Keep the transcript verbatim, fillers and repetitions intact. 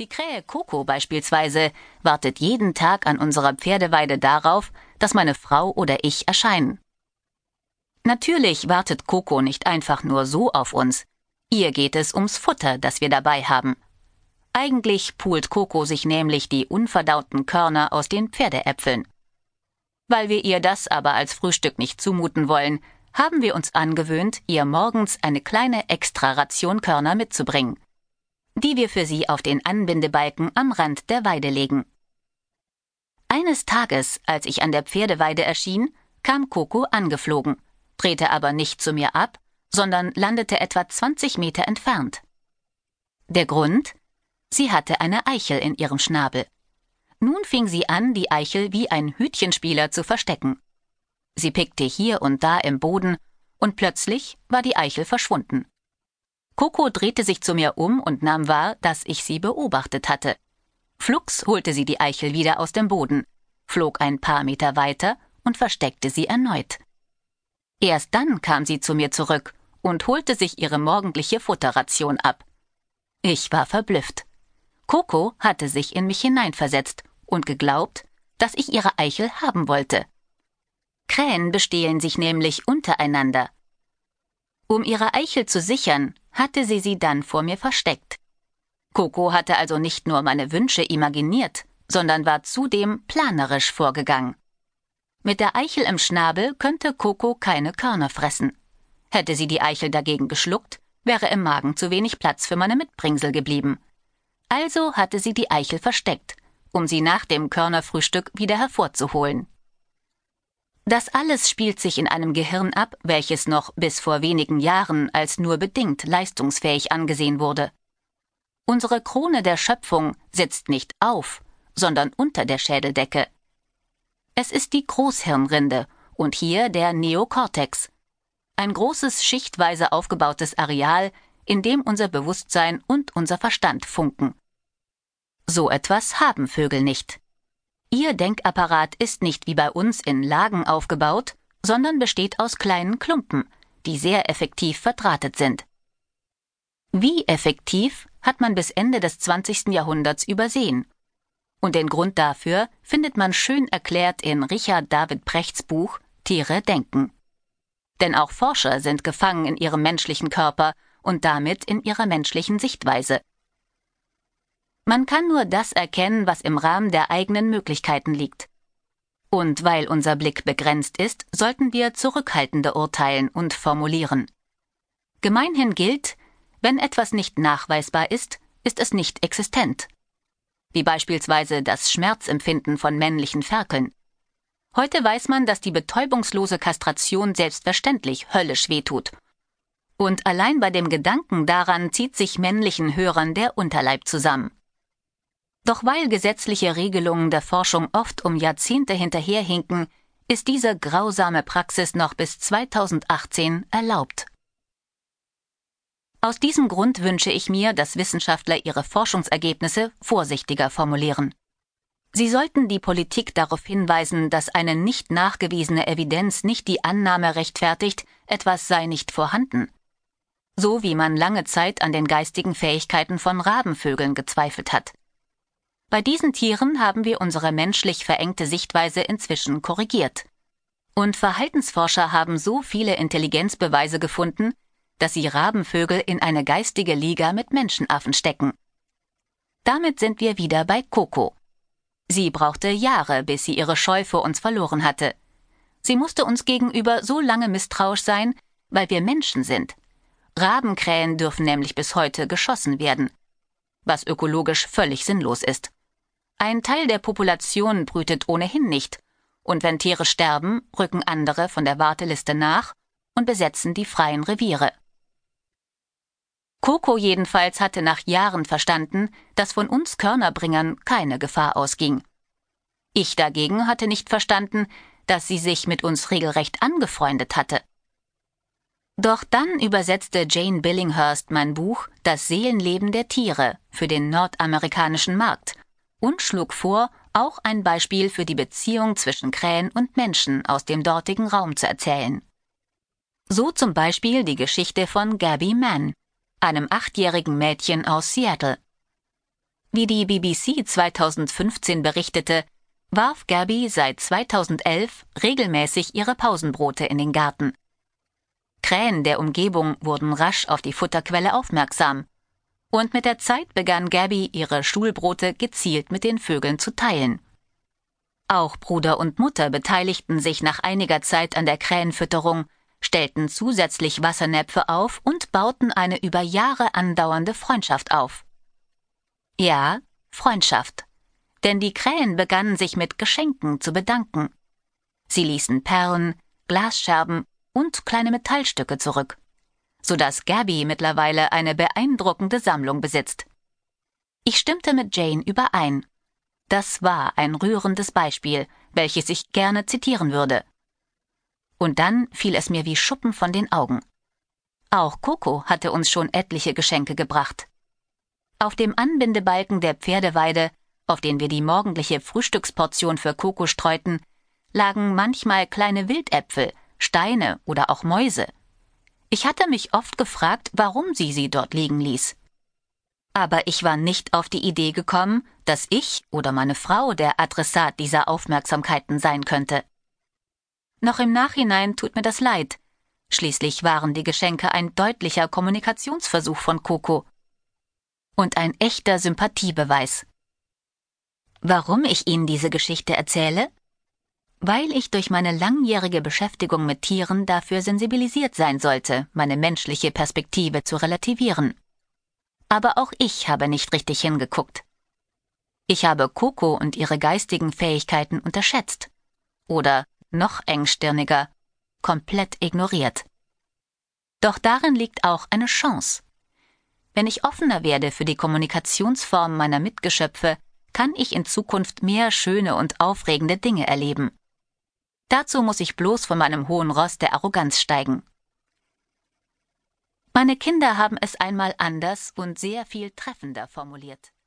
Die Krähe Coco beispielsweise wartet jeden Tag an unserer Pferdeweide darauf, dass meine Frau oder ich erscheinen. Natürlich wartet Coco nicht einfach nur so auf uns. Ihr geht es ums Futter, das wir dabei haben. Eigentlich pult Coco sich nämlich die unverdauten Körner aus den Pferdeäpfeln. Weil wir ihr das aber als Frühstück nicht zumuten wollen, haben wir uns angewöhnt, ihr morgens eine kleine Extraration Körner mitzubringen, die wir für sie auf den Anbindebalken am Rand der Weide legen. Eines Tages, als ich an der Pferdeweide erschien, kam Coco angeflogen, drehte aber nicht zu mir ab, sondern landete etwa zwanzig Meter entfernt. Der Grund? Sie hatte eine Eichel in ihrem Schnabel. Nun fing sie an, die Eichel wie ein Hütchenspieler zu verstecken. Sie pickte hier und da im Boden, und plötzlich war die Eichel verschwunden. Coco drehte sich zu mir um und nahm wahr, dass ich sie beobachtet hatte. Flugs holte sie die Eichel wieder aus dem Boden, flog ein paar Meter weiter und versteckte sie erneut. Erst dann kam sie zu mir zurück und holte sich ihre morgendliche Futterration ab. Ich war verblüfft. Coco hatte sich in mich hineinversetzt und geglaubt, dass ich ihre Eichel haben wollte. Krähen bestehlen sich nämlich untereinander. Um ihre Eichel zu sichern, hatte sie sie dann vor mir versteckt. Coco hatte also nicht nur meine Wünsche imaginiert, sondern war zudem planerisch vorgegangen. Mit der Eichel im Schnabel könnte Coco keine Körner fressen. Hätte sie die Eichel dagegen geschluckt, wäre im Magen zu wenig Platz für meine Mitbringsel geblieben. Also hatte sie die Eichel versteckt, um sie nach dem Körnerfrühstück wieder hervorzuholen. Das alles spielt sich in einem Gehirn ab, welches noch bis vor wenigen Jahren als nur bedingt leistungsfähig angesehen wurde. Unsere Krone der Schöpfung sitzt nicht auf, sondern unter der Schädeldecke. Es ist die Großhirnrinde und hier der Neokortex, ein großes, schichtweise aufgebautes Areal, in dem unser Bewusstsein und unser Verstand funken. So etwas haben Vögel nicht. Ihr Denkapparat ist nicht wie bei uns in Lagen aufgebaut, sondern besteht aus kleinen Klumpen, die sehr effektiv verdrahtet sind. Wie effektiv hat man bis Ende des zwanzigsten Jahrhunderts übersehen. Und den Grund dafür findet man schön erklärt in Richard David Brechts Buch Tiere denken. Denn auch Forscher sind gefangen in ihrem menschlichen Körper und damit in ihrer menschlichen Sichtweise. Man kann nur das erkennen, was im Rahmen der eigenen Möglichkeiten liegt. Und weil unser Blick begrenzt ist, sollten wir zurückhaltender urteilen und formulieren. Gemeinhin gilt, wenn etwas nicht nachweisbar ist, ist es nicht existent. Wie beispielsweise das Schmerzempfinden von männlichen Ferkeln. Heute weiß man, dass die betäubungslose Kastration selbstverständlich höllisch wehtut. Und allein bei dem Gedanken daran zieht sich männlichen Hörern der Unterleib zusammen. Doch weil gesetzliche Regelungen der Forschung oft um Jahrzehnte hinterherhinken, ist diese grausame Praxis noch bis zweitausendachtzehn erlaubt. Aus diesem Grund wünsche ich mir, dass Wissenschaftler ihre Forschungsergebnisse vorsichtiger formulieren. Sie sollten die Politik darauf hinweisen, dass eine nicht nachgewiesene Evidenz nicht die Annahme rechtfertigt, etwas sei nicht vorhanden. So wie man lange Zeit an den geistigen Fähigkeiten von Rabenvögeln gezweifelt hat. Bei diesen Tieren haben wir unsere menschlich verengte Sichtweise inzwischen korrigiert. Und Verhaltensforscher haben so viele Intelligenzbeweise gefunden, dass sie Rabenvögel in eine geistige Liga mit Menschenaffen stecken. Damit sind wir wieder bei Coco. Sie brauchte Jahre, bis sie ihre Scheu vor uns verloren hatte. Sie musste uns gegenüber so lange misstrauisch sein, weil wir Menschen sind. Rabenkrähen dürfen nämlich bis heute geschossen werden, was ökologisch völlig sinnlos ist. Ein Teil der Population brütet ohnehin nicht, und wenn Tiere sterben, rücken andere von der Warteliste nach und besetzen die freien Reviere. Coco jedenfalls hatte nach Jahren verstanden, dass von uns Körnerbringern keine Gefahr ausging. Ich dagegen hatte nicht verstanden, dass sie sich mit uns regelrecht angefreundet hatte. Doch dann übersetzte Jane Billinghurst mein Buch »Das Seelenleben der Tiere« für den nordamerikanischen Markt und schlug vor, auch ein Beispiel für die Beziehung zwischen Krähen und Menschen aus dem dortigen Raum zu erzählen. So zum Beispiel die Geschichte von Gabby Mann, einem achtjährigen Mädchen aus Seattle. Wie die B B C zweitausendfünfzehn berichtete, warf Gabby seit zweitausendelf regelmäßig ihre Pausenbrote in den Garten. Krähen der Umgebung wurden rasch auf die Futterquelle aufmerksam. Und mit der Zeit begann Gabby, ihre Schulbrote gezielt mit den Vögeln zu teilen. Auch Bruder und Mutter beteiligten sich nach einiger Zeit an der Krähenfütterung, stellten zusätzlich Wassernäpfe auf und bauten eine über Jahre andauernde Freundschaft auf. Ja, Freundschaft. Denn die Krähen begannen sich mit Geschenken zu bedanken. Sie ließen Perlen, Glasscherben und kleine Metallstücke zurück, sodass Gabby mittlerweile eine beeindruckende Sammlung besitzt. Ich stimmte mit Jane überein. Das war ein rührendes Beispiel, welches ich gerne zitieren würde. Und dann fiel es mir wie Schuppen von den Augen. Auch Coco hatte uns schon etliche Geschenke gebracht. Auf dem Anbindebalken der Pferdeweide, auf den wir die morgendliche Frühstücksportion für Coco streuten, lagen manchmal kleine Wildäpfel, Steine oder auch Mäuse. Ich hatte mich oft gefragt, warum sie sie dort liegen ließ. Aber ich war nicht auf die Idee gekommen, dass ich oder meine Frau der Adressat dieser Aufmerksamkeiten sein könnte. Noch im Nachhinein tut mir das leid. Schließlich waren die Geschenke ein deutlicher Kommunikationsversuch von Coco. Und ein echter Sympathiebeweis. Warum ich Ihnen diese Geschichte erzähle? Weil ich durch meine langjährige Beschäftigung mit Tieren dafür sensibilisiert sein sollte, meine menschliche Perspektive zu relativieren. Aber auch ich habe nicht richtig hingeguckt. Ich habe Coco und ihre geistigen Fähigkeiten unterschätzt. Oder, noch engstirniger, komplett ignoriert. Doch darin liegt auch eine Chance. Wenn ich offener werde für die Kommunikationsform meiner Mitgeschöpfe, kann ich in Zukunft mehr schöne und aufregende Dinge erleben. Dazu muss ich bloß von meinem hohen Ross der Arroganz steigen. Meine Kinder haben es einmal anders und sehr viel treffender formuliert.